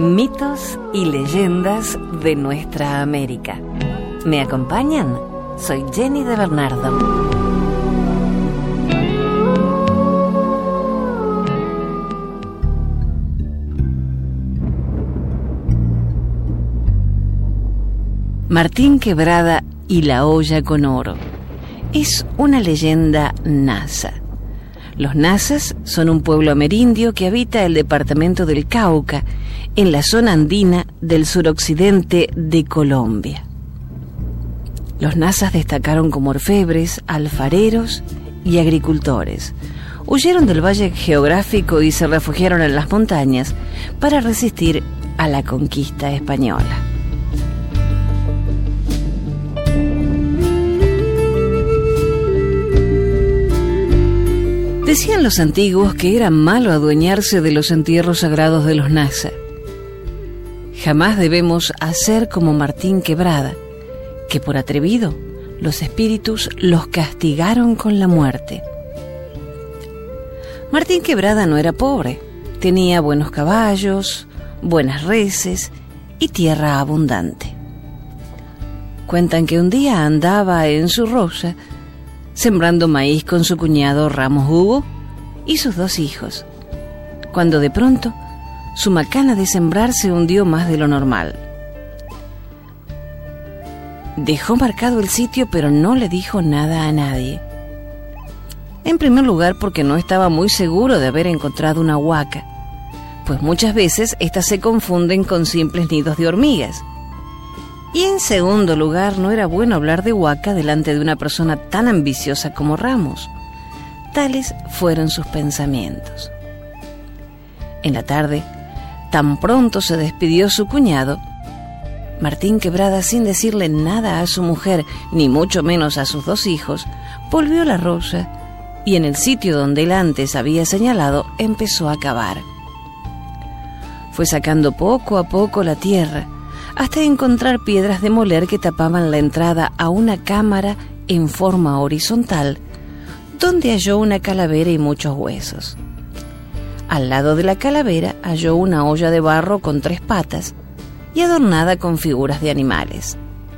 Mitos y leyendas de nuestra América. ¿Me acompañan? Soy Jenny de Bernardo. Martín Quebrada y la olla con oro. Es una leyenda nasa. Los nasas son un pueblo amerindio que habita el departamento del Cauca, en la zona andina del suroccidente de Colombia. Los nasas destacaron como orfebres, alfareros y agricultores. Huyeron del valle geográfico y se refugiaron en las montañas para resistir a la conquista española. Decían los antiguos que era malo adueñarse de los entierros sagrados de los nasa. Jamás debemos hacer como Martín Quebrada, que por atrevido los espíritus los castigaron con la muerte. Martín Quebrada no era pobre, tenía buenos caballos, buenas reses y tierra abundante. Cuentan que un día andaba en su roya sembrando maíz con su cuñado Ramos Hugo y sus 2 hijos, cuando de pronto su macana de sembrar se hundió más de lo normal. Dejó marcado el sitio, pero no le dijo nada a nadie. En primer lugar, porque no estaba muy seguro de haber encontrado una huaca, pues muchas veces éstas se confunden con simples nidos de hormigas. Y en segundo lugar, no era bueno hablar de huaca delante de una persona tan ambiciosa como Ramos. Tales fueron sus pensamientos. En la tarde, tan pronto se despidió su cuñado, Martín Quebrada, sin decirle nada a su mujer, ni mucho menos a sus 2 hijos, volvió a la roya y en el sitio donde él antes había señalado empezó a cavar. Fue sacando poco a poco la tierra, hasta encontrar piedras de moler que tapaban la entrada a una cámara en forma horizontal, donde halló una calavera y muchos huesos. Al lado de la calavera halló una olla de barro con 3 patas y adornada con figuras de animales.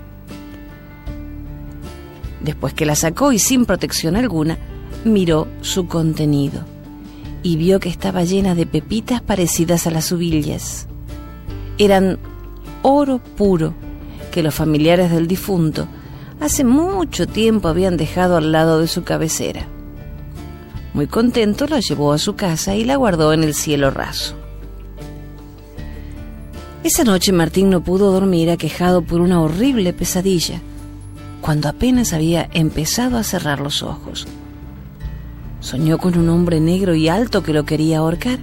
Después que la sacó y sin protección alguna, miró su contenido y vio que estaba llena de pepitas parecidas a las hubillas. Eran oro puro que los familiares del difunto hace mucho tiempo habían dejado al lado de su cabecera. Muy contento la llevó a su casa y la guardó en el cielo raso. Esa noche Martín no pudo dormir, aquejado por una horrible pesadilla, cuando apenas había empezado a cerrar los ojos. Soñó con un hombre negro y alto que lo quería ahorcar.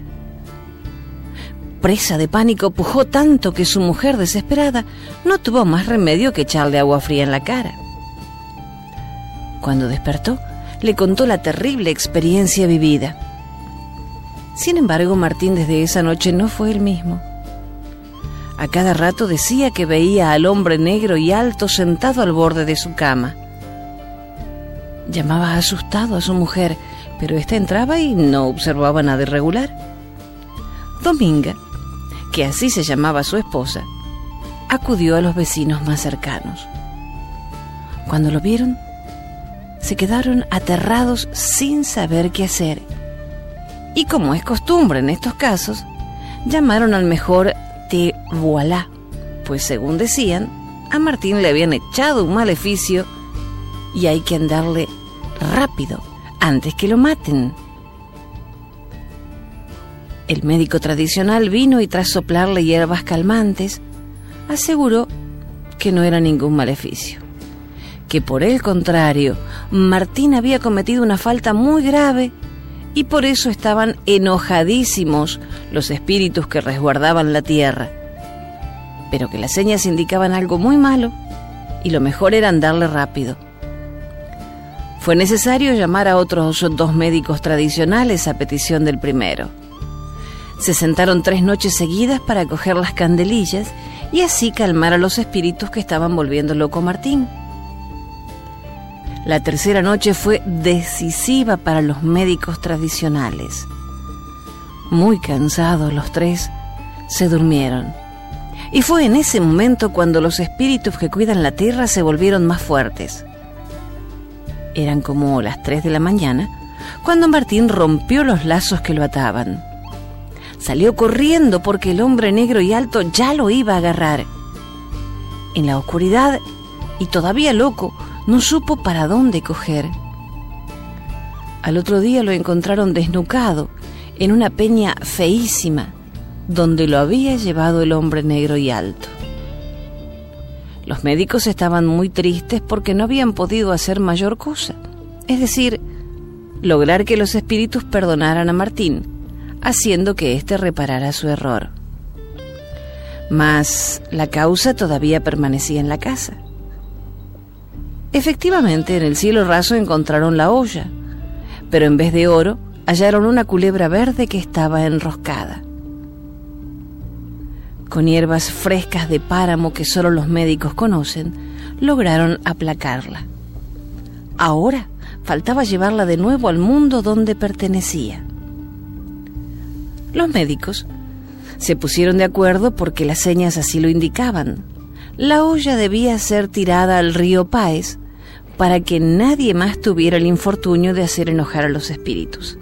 Presa de pánico, pujó tanto que su mujer, desesperada, no tuvo más remedio que echarle agua fría en la cara. Cuando despertó, le contó la terrible experiencia vivida. Sin embargo, Martín desde esa noche no fue el mismo. A cada rato decía que veía al hombre negro y alto sentado al borde de su cama. Llamaba asustado a su mujer, pero ésta entraba y no observaba nada irregular. Dominga, que así se llamaba su esposa, acudió a los vecinos más cercanos. Cuando lo vieron, se quedaron aterrados sin saber qué hacer. Y como es costumbre en estos casos, llamaron al mejor Te Voilà, pues según decían, a Martín le habían echado un maleficio y hay que andarle rápido antes que lo maten. El médico tradicional vino y tras soplarle hierbas calmantes, aseguró que no era ningún maleficio, que por el contrario, Martín había cometido una falta muy grave y por eso estaban enojadísimos los espíritus que resguardaban la tierra, pero que las señas indicaban algo muy malo y lo mejor era andarle rápido. Fue necesario llamar a otros 2 médicos tradicionales a petición del primero. Se sentaron 3 noches seguidas para coger las candelillas y así calmar a los espíritus que estaban volviendo loco a Martín. La tercera noche fue decisiva para los médicos tradicionales. Muy cansados los 3, se durmieron. Y fue en ese momento cuando los espíritus que cuidan la tierra se volvieron más fuertes. Eran como las 3 de la mañana cuando Martín rompió los lazos que lo ataban. Salió corriendo porque el hombre negro y alto ya lo iba a agarrar. En la oscuridad, y todavía loco, no supo para dónde coger. Al otro día lo encontraron desnucado en una peña feísima donde lo había llevado el hombre negro y alto. Los médicos estaban muy tristes porque no habían podido hacer mayor cosa, es decir, lograr que los espíritus perdonaran a Martín, haciendo que éste reparara su error. Mas la causa todavía permanecía en la casa. Efectivamente, en el cielo raso encontraron la olla, pero en vez de oro, hallaron una culebra verde que estaba enroscada. Con hierbas frescas de páramo que solo los médicos conocen, lograron aplacarla. Ahora faltaba llevarla de nuevo al mundo donde pertenecía. Los médicos se pusieron de acuerdo porque las señas así lo indicaban. La olla debía ser tirada al río Páez para que nadie más tuviera el infortunio de hacer enojar a los espíritus.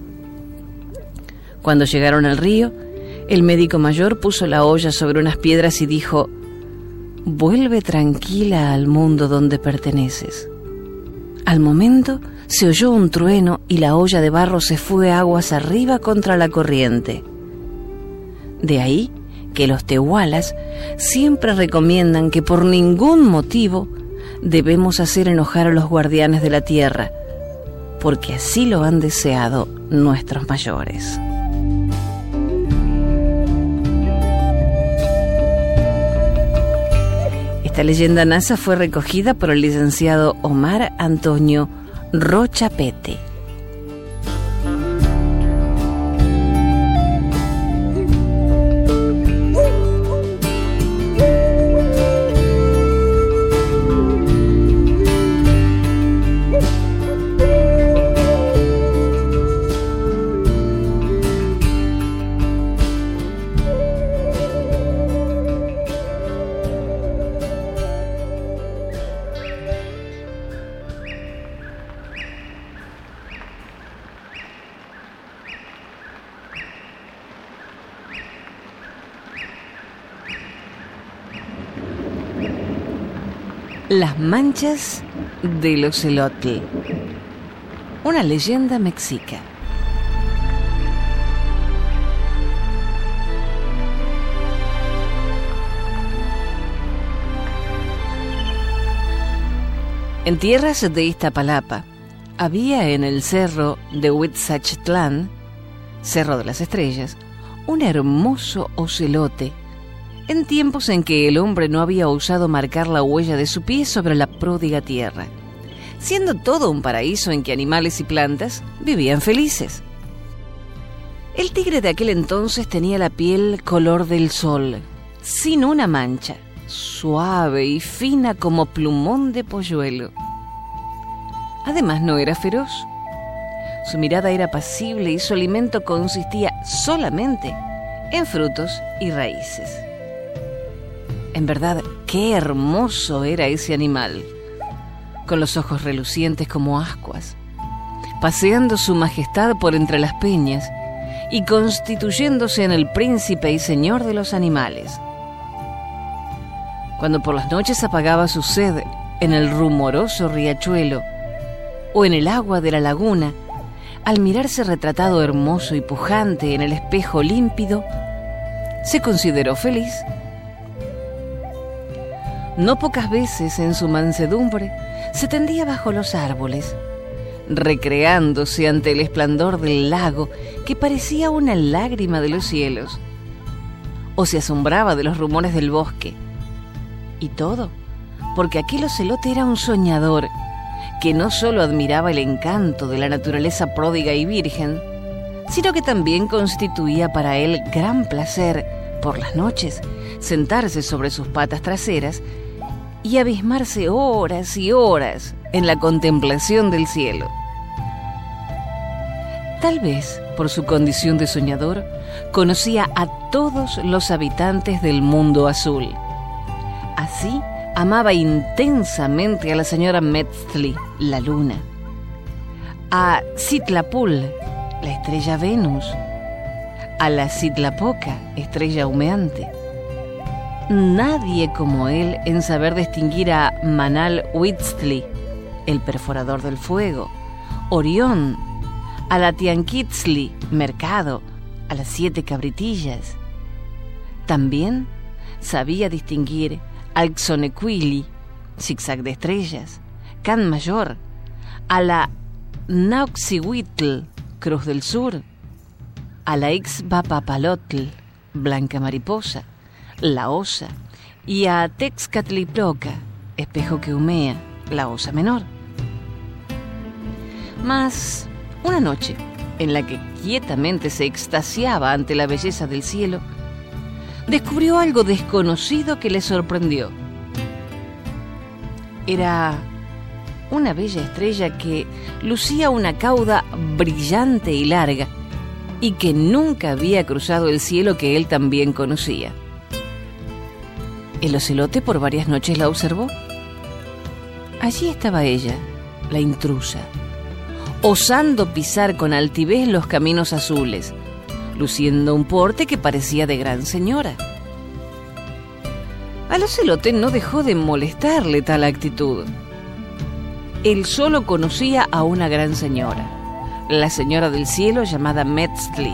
Cuando llegaron al río, el médico mayor puso la olla sobre unas piedras y dijo: «Vuelve tranquila al mundo donde perteneces». Al momento se oyó un trueno y la olla de barro se fue aguas arriba contra la corriente. De ahí que los tehualas siempre recomiendan que por ningún motivo debemos hacer enojar a los guardianes de la tierra, porque así lo han deseado nuestros mayores. Esta leyenda nasa fue recogida por el licenciado Omar Antonio Rocha Pete. Las manchas del ocelotl. Una leyenda mexica. En tierras de Iztapalapa había en el cerro de Huitzachitlán, Cerro de las Estrellas, un hermoso ocelote, en tiempos en que el hombre no había osado marcar la huella de su pie sobre la pródiga tierra, siendo todo un paraíso en que animales y plantas vivían felices. El tigre de aquel entonces tenía la piel color del sol, sin una mancha, suave y fina como plumón de polluelo. Además no era feroz. Su mirada era apacible y su alimento consistía solamente en frutos y raíces. En verdad, qué hermoso era ese animal, con los ojos relucientes como ascuas, paseando su majestad por entre las peñas y constituyéndose en el príncipe y señor de los animales. Cuando por las noches apagaba su sed en el rumoroso riachuelo o en el agua de la laguna, al mirarse retratado hermoso y pujante en el espejo límpido, se consideró feliz. No pocas veces en su mansedumbre se tendía bajo los árboles, recreándose ante el esplendor del lago que parecía una lágrima de los cielos, o se asombraba de los rumores del bosque. Y todo porque aquel ocelote era un soñador que no solo admiraba el encanto de la naturaleza pródiga y virgen, sino que también constituía para él gran placer, por las noches, sentarse sobre sus patas traseras y abismarse horas y horas en la contemplación del cielo. Tal vez por su condición de soñador, conocía a todos los habitantes del mundo azul. Así, amaba intensamente a la señora Metzli, la luna, a Citlapul, la estrella Venus, a la Citlapoca, estrella humeante. Nadie como él en saber distinguir a Manal Huitzli, el perforador del fuego, Orión, a la Tianquitzli, mercado, a las 7 cabritillas. También sabía distinguir al Xonequili, zigzag de estrellas, Can Mayor, a la Nauxihuitl, cruz del sur, a la Ixbapapalotl, blanca mariposa, la osa, y a Texcatliploca, espejo que humea, la osa menor. Mas una noche, en la que quietamente se extasiaba ante la belleza del cielo, descubrió algo desconocido que le sorprendió. Era una bella estrella que lucía una cauda brillante y larga y que nunca había cruzado el cielo que él también conocía. El ocelote por varias noches la observó. Allí estaba ella, la intrusa, osando pisar con altivez los caminos azules, luciendo un porte que parecía de gran señora. Al ocelote no dejó de molestarle tal actitud. Él solo conocía a una gran señora, la señora del cielo llamada Metzli,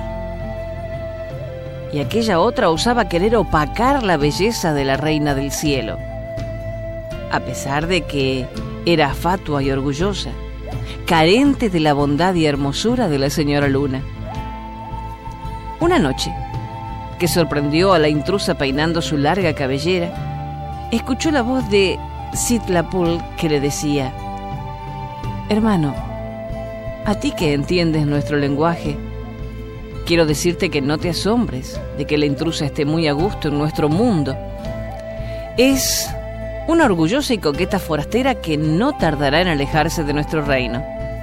y aquella otra osaba querer opacar la belleza de la reina del cielo, a pesar de que era fatua y orgullosa, carente de la bondad y hermosura de la señora luna. Una noche, que sorprendió a la intrusa peinando su larga cabellera, escuchó la voz de Citlapul que le decía: «Hermano, a ti que entiendes nuestro lenguaje, quiero decirte que no te asombres de que la intrusa esté muy a gusto en nuestro mundo. Es una orgullosa y coqueta forastera que no tardará en alejarse de nuestro reino».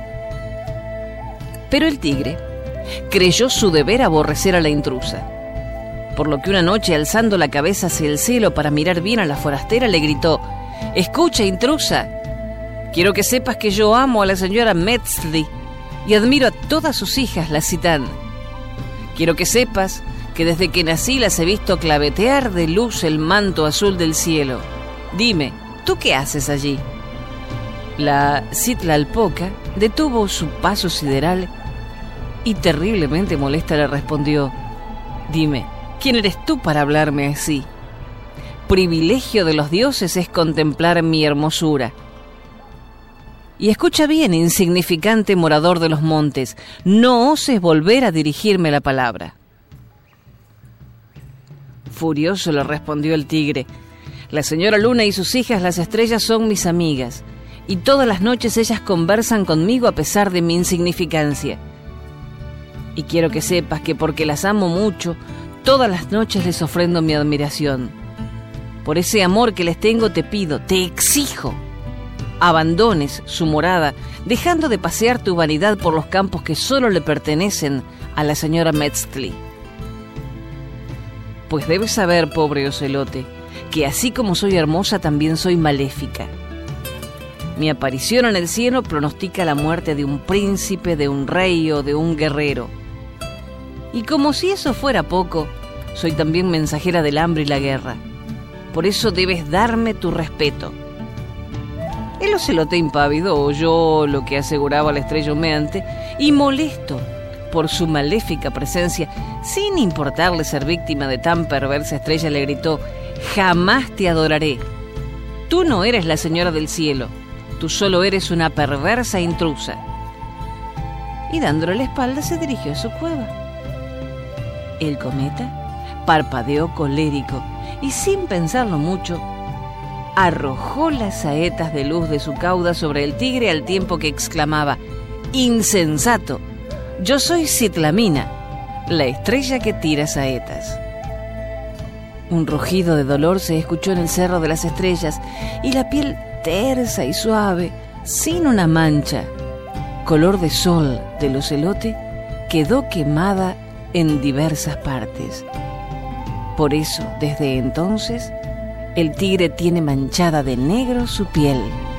Pero el tigre creyó su deber aborrecer a la intrusa, por lo que una noche, alzando la cabeza hacia el cielo para mirar bien a la forastera, le gritó: «Escucha, intrusa, quiero que sepas que yo amo a la señora Metzli y admiro a todas sus hijas, las Citán. Quiero que sepas que desde que nací las he visto clavetear de luz el manto azul del cielo. Dime, ¿tú qué haces allí?». La Citlalpoca detuvo su paso sideral y terriblemente molesta le respondió: «Dime, ¿quién eres tú para hablarme así? Privilegio de los dioses es contemplar mi hermosura. Y escucha bien, insignificante morador de los montes, no oses volver a dirigirme la palabra». Furioso le respondió el tigre: «La señora luna y sus hijas, las estrellas, son mis amigas, y todas las noches ellas conversan conmigo a pesar de mi insignificancia. Y quiero que sepas que porque las amo mucho, todas las noches les ofrendo mi admiración. Por ese amor que les tengo te pido, te exijo, abandones su morada, dejando de pasear tu vanidad por los campos que solo le pertenecen a la señora Metzli. Pues debes saber, pobre ocelote, que así como soy hermosa, también soy maléfica. Mi aparición en el cielo pronostica la muerte de un príncipe, de un rey o de un guerrero. Y como si eso fuera poco, soy también mensajera del hambre y la guerra. Por eso debes darme tu respeto». El ocelote impávido oyó lo que aseguraba la estrella humeante y, molesto por su maléfica presencia, sin importarle ser víctima de tan perversa estrella, le gritó: «Jamás te adoraré. Tú no eres la señora del cielo, tú solo eres una perversa intrusa». Y dándole la espalda se dirigió a su cueva. El cometa parpadeó colérico y, sin pensarlo mucho, arrojó las saetas de luz de su cauda sobre el tigre, al tiempo que exclamaba: «¡Insensato! Yo soy Citlamina, la estrella que tira saetas». Un rugido de dolor se escuchó en el cerro de las estrellas, y la piel tersa y suave, sin una mancha, color de sol del ocelote, quedó quemada en diversas partes. Por eso, desde entonces, el tigre tiene manchada de negro su piel.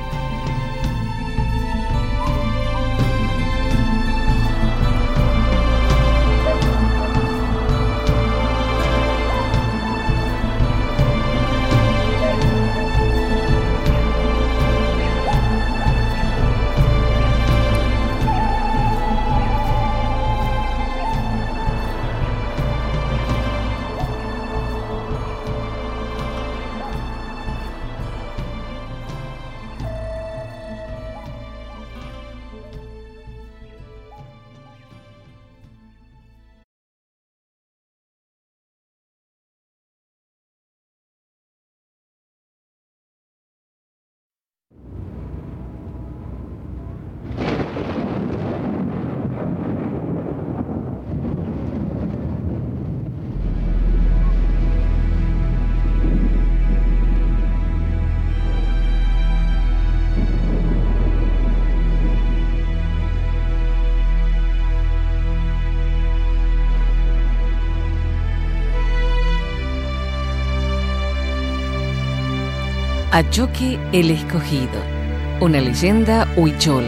Achoque el Escogido, una leyenda huichola.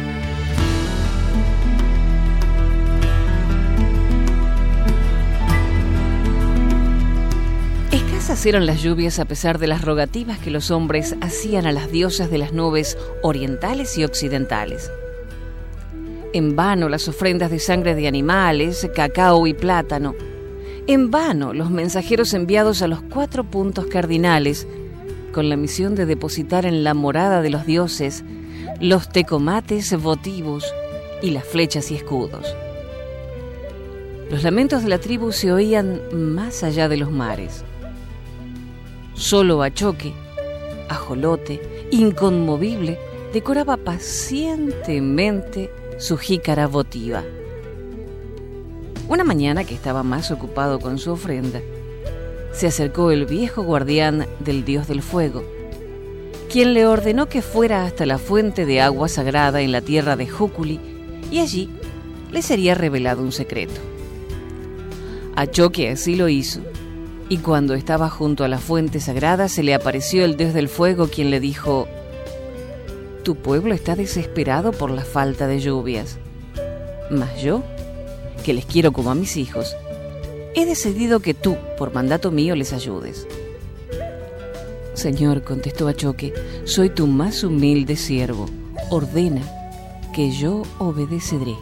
Escasas eran las lluvias a pesar de las rogativas que los hombres hacían a las diosas de las nubes orientales y occidentales. En vano las ofrendas de sangre de animales, cacao y plátano. En vano los mensajeros enviados a los 4 puntos cardinales con la misión de depositar en la morada de los dioses los tecomates votivos y las flechas y escudos. Los lamentos de la tribu se oían más allá de los mares. Solo Achoque, ajolote, inconmovible, decoraba pacientemente su jícara votiva. Una mañana que estaba más ocupado con su ofrenda, se acercó el viejo guardián del dios del fuego, quien le ordenó que fuera hasta la fuente de agua sagrada en la tierra de Júculi, y allí le sería revelado un secreto. Achoque así lo hizo, y cuando estaba junto a la fuente sagrada se le apareció el dios del fuego, quien le dijo: «Tu pueblo está desesperado por la falta de lluvias, mas yo, que les quiero como a mis hijos, he decidido que tú, por mandato mío, les ayudes». «Señor», contestó Achoque, «soy tu más humilde siervo. Ordena, que yo obedeceré».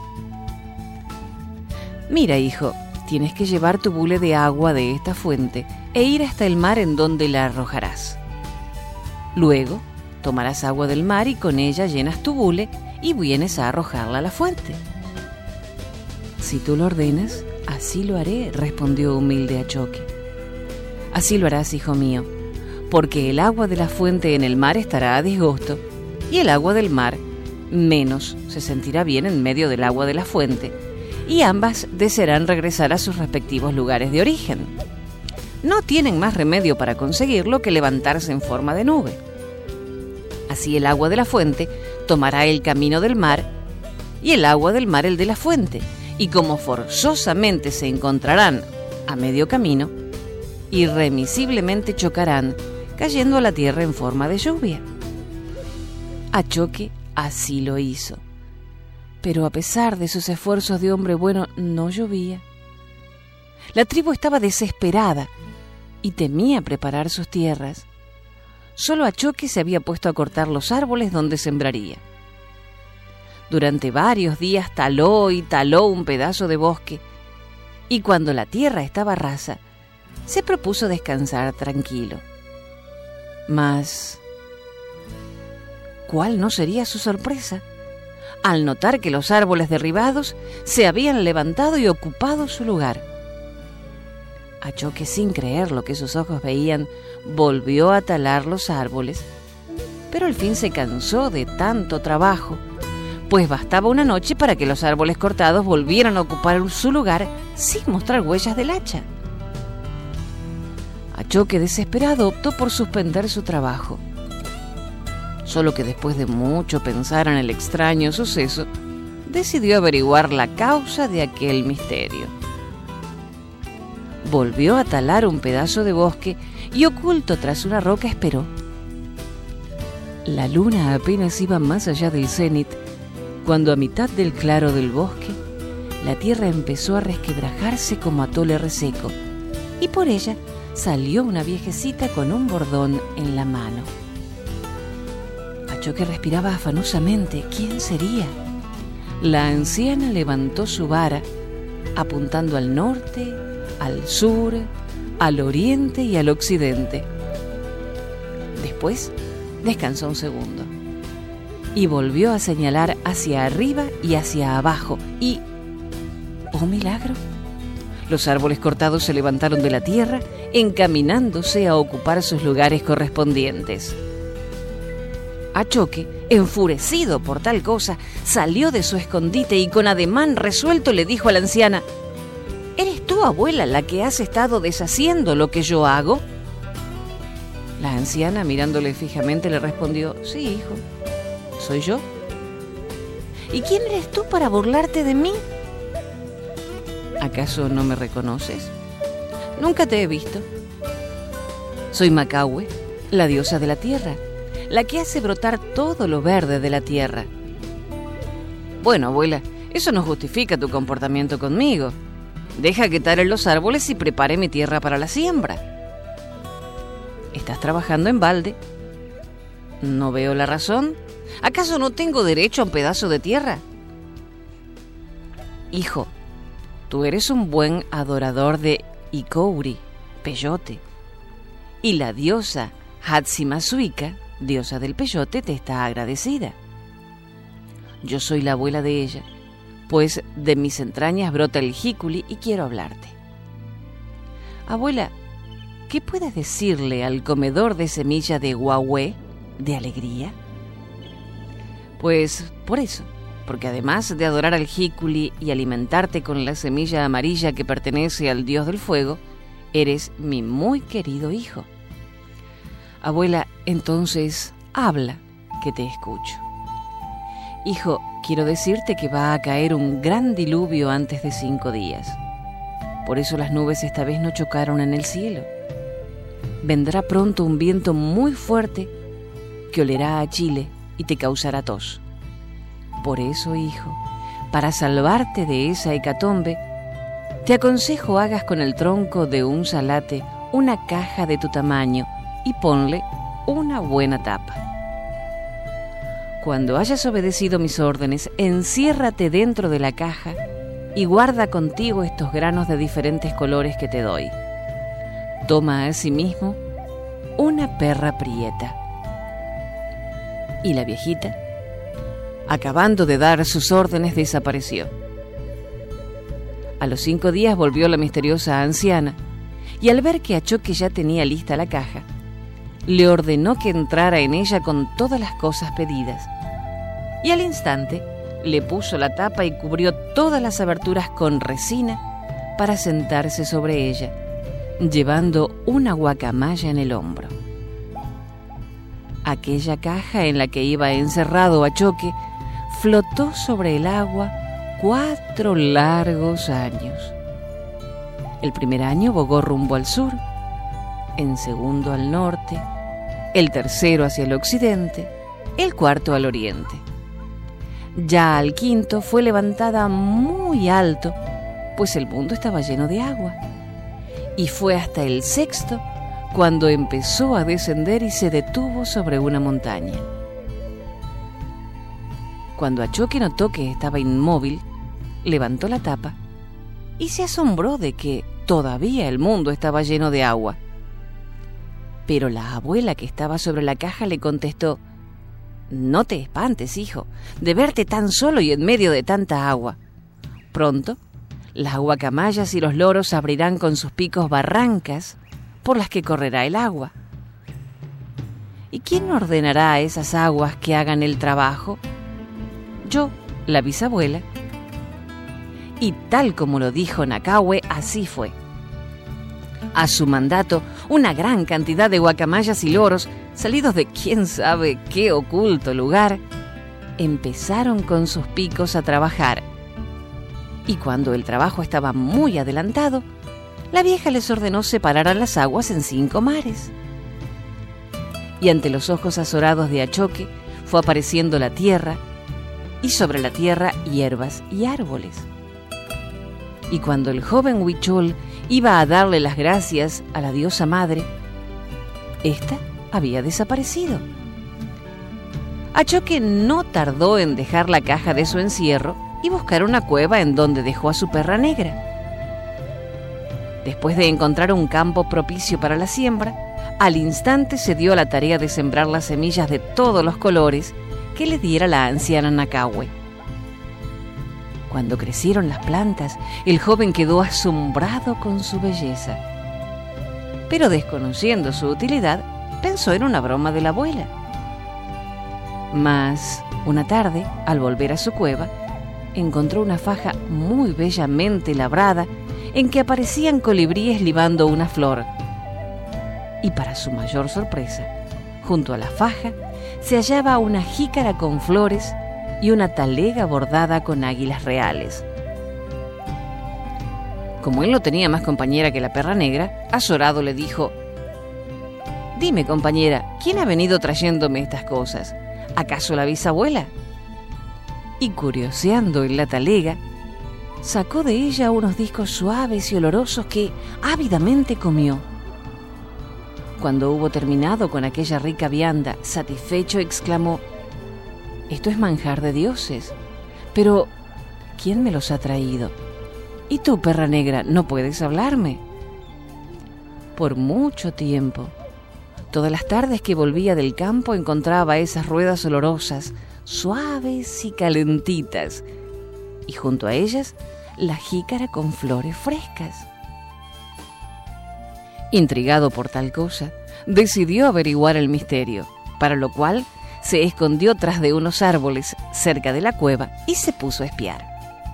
«Mira, hijo, tienes que llevar tu bule de agua de esta fuente e ir hasta el mar en donde la arrojarás. Luego, tomarás agua del mar y con ella llenas tu bule y vienes a arrojarla a la fuente». «Si tú lo ordenas, así lo haré», respondió humilde Achoque. «Así lo harás, hijo mío, porque el agua de la fuente en el mar estará a disgusto, y el agua del mar menos se sentirá bien en medio del agua de la fuente, y ambas desearán regresar a sus respectivos lugares de origen. No tienen más remedio para conseguirlo que levantarse en forma de nube. Así el agua de la fuente tomará el camino del mar, y el agua del mar el de la fuente, y como forzosamente se encontrarán a medio camino, irremisiblemente chocarán, cayendo a la tierra en forma de lluvia». Achoque así lo hizo, pero a pesar de sus esfuerzos de hombre bueno, no llovía. La tribu estaba desesperada y temía preparar sus tierras. Solo Achoque se había puesto a cortar los árboles donde sembraría. Durante varios días taló y taló un pedazo de bosque, y cuando la tierra estaba rasa, se propuso descansar tranquilo. Mas, ¿cuál no sería su sorpresa al notar que los árboles derribados se habían levantado y ocupado su lugar? Achoque, sin creer lo que sus ojos veían, volvió a talar los árboles, pero al fin se cansó de tanto trabajo, pues bastaba una noche para que los árboles cortados volvieran a ocupar su lugar sin mostrar huellas del hacha. Achoque, desesperado, optó por suspender su trabajo. Solo que después de mucho pensar en el extraño suceso, decidió averiguar la causa de aquel misterio. Volvió a talar un pedazo de bosque y, oculto tras una roca, esperó. La luna apenas iba más allá del cénit, cuando a mitad del claro del bosque, la tierra empezó a resquebrajarse como atole reseco, y por ella salió una viejecita con un bordón en la mano. Achoque respiraba afanosamente. ¿Quién sería? La anciana levantó su vara, apuntando al norte, al sur, al oriente y al occidente. Después descansó un segundo y volvió a señalar hacia arriba y hacia abajo y... ¡oh milagro! Los árboles cortados se levantaron de la tierra, encaminándose a ocupar sus lugares correspondientes. Achoque, enfurecido por tal cosa, salió de su escondite y con ademán resuelto le dijo a la anciana: ¿eres tú, abuela, la que has estado deshaciendo lo que yo hago? La anciana, mirándole fijamente, le respondió: sí, hijo, soy yo. ¿Y quién eres tú para burlarte de mí? ¿Acaso no me reconoces? Nunca te he visto. Soy Makahue, la diosa de la tierra, la que hace brotar todo lo verde de la tierra. Bueno, abuela, eso no justifica tu comportamiento conmigo. Deja que talen los árboles y prepare mi tierra para la siembra. ¿Estás trabajando en balde? No veo la razón. ¿Acaso no tengo derecho a un pedazo de tierra? Hijo, tú eres un buen adorador de Ikouri, peyote, y la diosa Hatsimasuika, diosa del peyote, te está agradecida. Yo soy la abuela de ella, pues de mis entrañas brota el jículi y quiero hablarte. Abuela, ¿qué puedes decirle al comedor de semilla de guahue de alegría? Pues por eso, porque además de adorar al jículi y alimentarte con la semilla amarilla que pertenece al dios del fuego, eres mi muy querido hijo. Abuela, entonces habla, que te escucho. Hijo, quiero decirte que va a caer un gran diluvio antes de 5 días. Por eso las nubes esta vez no chocaron en el cielo. Vendrá pronto un viento muy fuerte que olerá a Chile y te causará tos. Por eso, hijo, para salvarte de esa hecatombe, te aconsejo hagas con el tronco de un salate una caja de tu tamaño y ponle una buena tapa. Cuando hayas obedecido mis órdenes, enciérrate dentro de la caja y guarda contigo estos granos de diferentes colores que te doy. Toma asimismo una perra prieta. Y la viejita, acabando de dar sus órdenes, desapareció. A los 5 días volvió la misteriosa anciana y al ver que Achoque ya tenía lista la caja, le ordenó que entrara en ella con todas las cosas pedidas y al instante le puso la tapa y cubrió todas las aberturas con resina para sentarse sobre ella, llevando una guacamaya en el hombro. Aquella caja en la que iba encerrado Achoque flotó sobre el agua 4 largos años. El primer año bogó rumbo al sur, en segundo al norte, el tercero hacia el occidente, el cuarto al oriente. Ya al quinto fue levantada muy alto, pues el mundo estaba lleno de agua, y fue hasta el sexto cuando empezó a descender y se detuvo sobre una montaña. Cuando Achoque notó que estaba inmóvil, levantó la tapa y se asombró de que todavía el mundo estaba lleno de agua. Pero la abuela que estaba sobre la caja le contestó: «No te espantes, hijo, de verte tan solo y en medio de tanta agua. Pronto, las guacamayas y los loros abrirán con sus picos barrancas por las que correrá el agua. ¿Y quién ordenará a esas aguas que hagan el trabajo? Yo, la bisabuela». Y tal como lo dijo Nakahue, así fue. A su mandato, una gran cantidad de guacamayas y loros, salidos de quién sabe qué oculto lugar, empezaron con sus picos a trabajar. Y cuando el trabajo estaba muy adelantado, la vieja les ordenó separar las aguas en 5 mares. Y ante los ojos azorados de Achoque fue apareciendo la tierra, y sobre la tierra hierbas y árboles. Y cuando el joven Huichol iba a darle las gracias a la diosa madre, ésta había desaparecido. Achoque no tardó en dejar la caja de su encierro y buscar una cueva en donde dejó a su perra negra. Después de encontrar un campo propicio para la siembra, al instante se dio a la tarea de sembrar las semillas de todos los colores que le diera la anciana Nacahue. Cuando crecieron las plantas, el joven quedó asombrado con su belleza. Pero desconociendo su utilidad, pensó en una broma de la abuela. Mas, una tarde, al volver a su cueva, encontró una faja muy bellamente labrada en que aparecían colibríes libando una flor. Y para su mayor sorpresa, junto a la faja se hallaba una jícara con flores y una talega bordada con águilas reales. Como él no tenía más compañera que la perra negra, azorado le dijo: «Dime, compañera, ¿quién ha venido trayéndome estas cosas? ¿Acaso la bisabuela?». Y curioseando en la talega, sacó de ella unos discos suaves y olorosos que ávidamente comió. Cuando hubo terminado con aquella rica vianda, satisfecho exclamó: «Esto es manjar de dioses, pero ¿quién me los ha traído? ¿Y tú, perra negra, no puedes hablarme?». Por mucho tiempo, todas las tardes que volvía del campo encontraba esas ruedas olorosas, suaves y calentitas, y junto a ellas la jícara con flores frescas. Intrigado por tal cosa, decidió averiguar el misterio, para lo cual se escondió tras de unos árboles cerca de la cueva y se puso a espiar.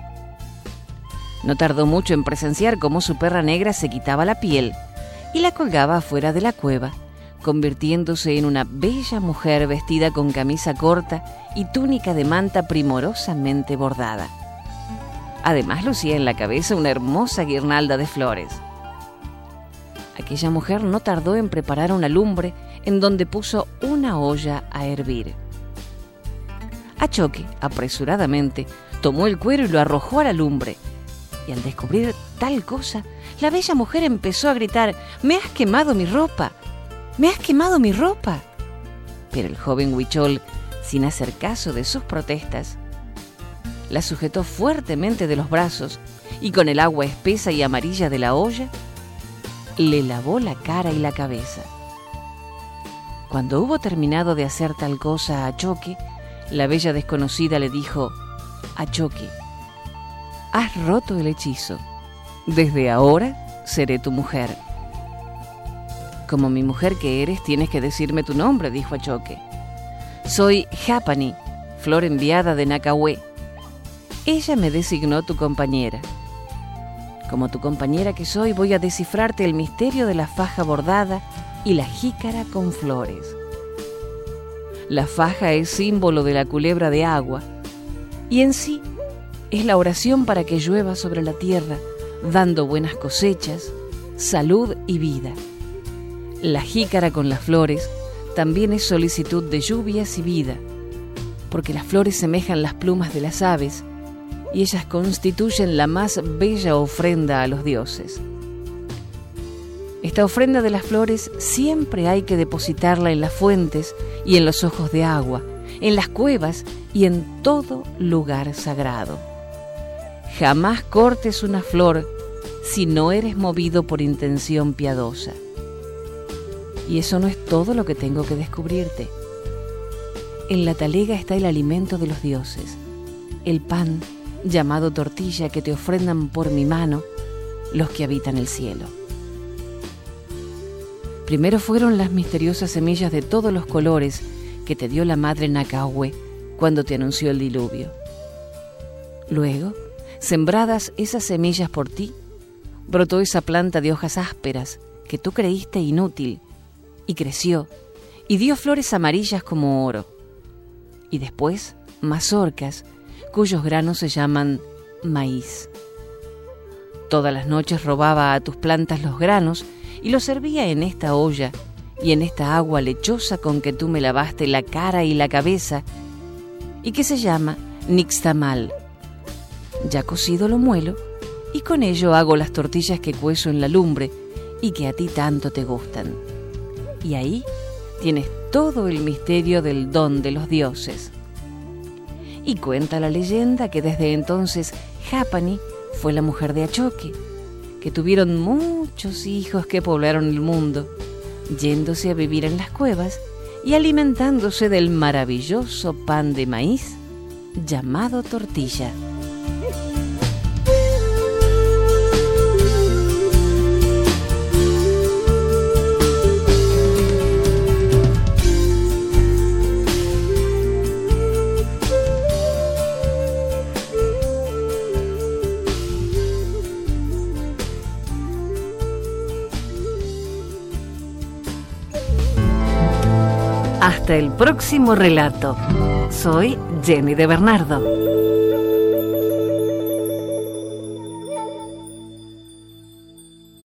No tardó mucho en presenciar cómo su perra negra se quitaba la piel y la colgaba afuera de la cueva, convirtiéndose en una bella mujer vestida con camisa corta y túnica de manta primorosamente bordada. Además, lucía en la cabeza una hermosa guirnalda de flores. Aquella mujer no tardó en preparar una lumbre en donde puso una olla a hervir. Achoque, apresuradamente, tomó el cuero y lo arrojó a la lumbre. Y al descubrir tal cosa, la bella mujer empezó a gritar: «¡Me has quemado mi ropa! ¡Me has quemado mi ropa!». Pero el joven Huichol, sin hacer caso de sus protestas, la sujetó fuertemente de los brazos y con el agua espesa y amarilla de la olla, le lavó la cara y la cabeza. Cuando hubo terminado de hacer tal cosa a Achoque, la bella desconocida le dijo: «Achoque, has roto el hechizo. Desde ahora seré tu mujer». «Como mi mujer que eres, tienes que decirme tu nombre», dijo Achoque. «Soy Japani, flor enviada de Nacahue. Ella me designó tu compañera. Como tu compañera que soy, voy a descifrarte el misterio de la faja bordada y la jícara con flores. La faja es símbolo de la culebra de agua y en sí es la oración para que llueva sobre la tierra, dando buenas cosechas, salud y vida. La jícara con las flores también es solicitud de lluvias y vida, porque las flores semejan las plumas de las aves y ellas constituyen la más bella ofrenda a los dioses. Esta ofrenda de las flores siempre hay que depositarla en las fuentes y en los ojos de agua, en las cuevas y en todo lugar sagrado. Jamás cortes una flor si no eres movido por intención piadosa. Y eso no es todo lo que tengo que descubrirte. En la talega está el alimento de los dioses, el pan llamado tortilla que te ofrendan por mi mano los que habitan el cielo. Primero fueron las misteriosas semillas de todos los colores que te dio la madre Nacahue cuando te anunció el diluvio. Luego, sembradas esas semillas por ti, brotó esa planta de hojas ásperas que tú creíste inútil y creció y dio flores amarillas como oro. Y después mazorcas, cuyos granos se llaman maíz. Todas las noches robaba a tus plantas los granos y los servía en esta olla y en esta agua lechosa con que tú me lavaste la cara y la cabeza, y que se llama nixtamal. Ya cocido lo muelo, y con ello hago las tortillas que cuezo en la lumbre y que a ti tanto te gustan. Y ahí tienes todo el misterio del don de los dioses. Y cuenta la leyenda que desde entonces Japani fue la mujer de Achoque, que tuvieron muchos hijos que poblaron el mundo, yéndose a vivir en las cuevas y alimentándose del maravilloso pan de maíz llamado tortilla. Hasta el próximo relato. Soy Jenny de Bernardo.